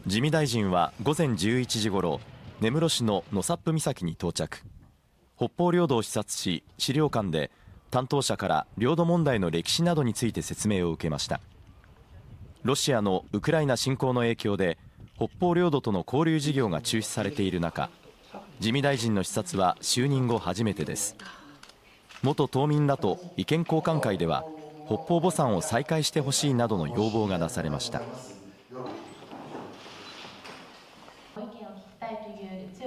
自見大臣は午前11時ごろ、根室市の納沙布岬に到着。北方領土を視察し、資料館で担当者から領土問題の歴史などについて説明を受けました。ロシアのウクライナ侵攻の影響で北方領土との交流事業が中止されている中、自見大臣の視察は就任後初めてです。元島民らと意見交換会では、北方墓参を再開してほしいなどの要望が出されました。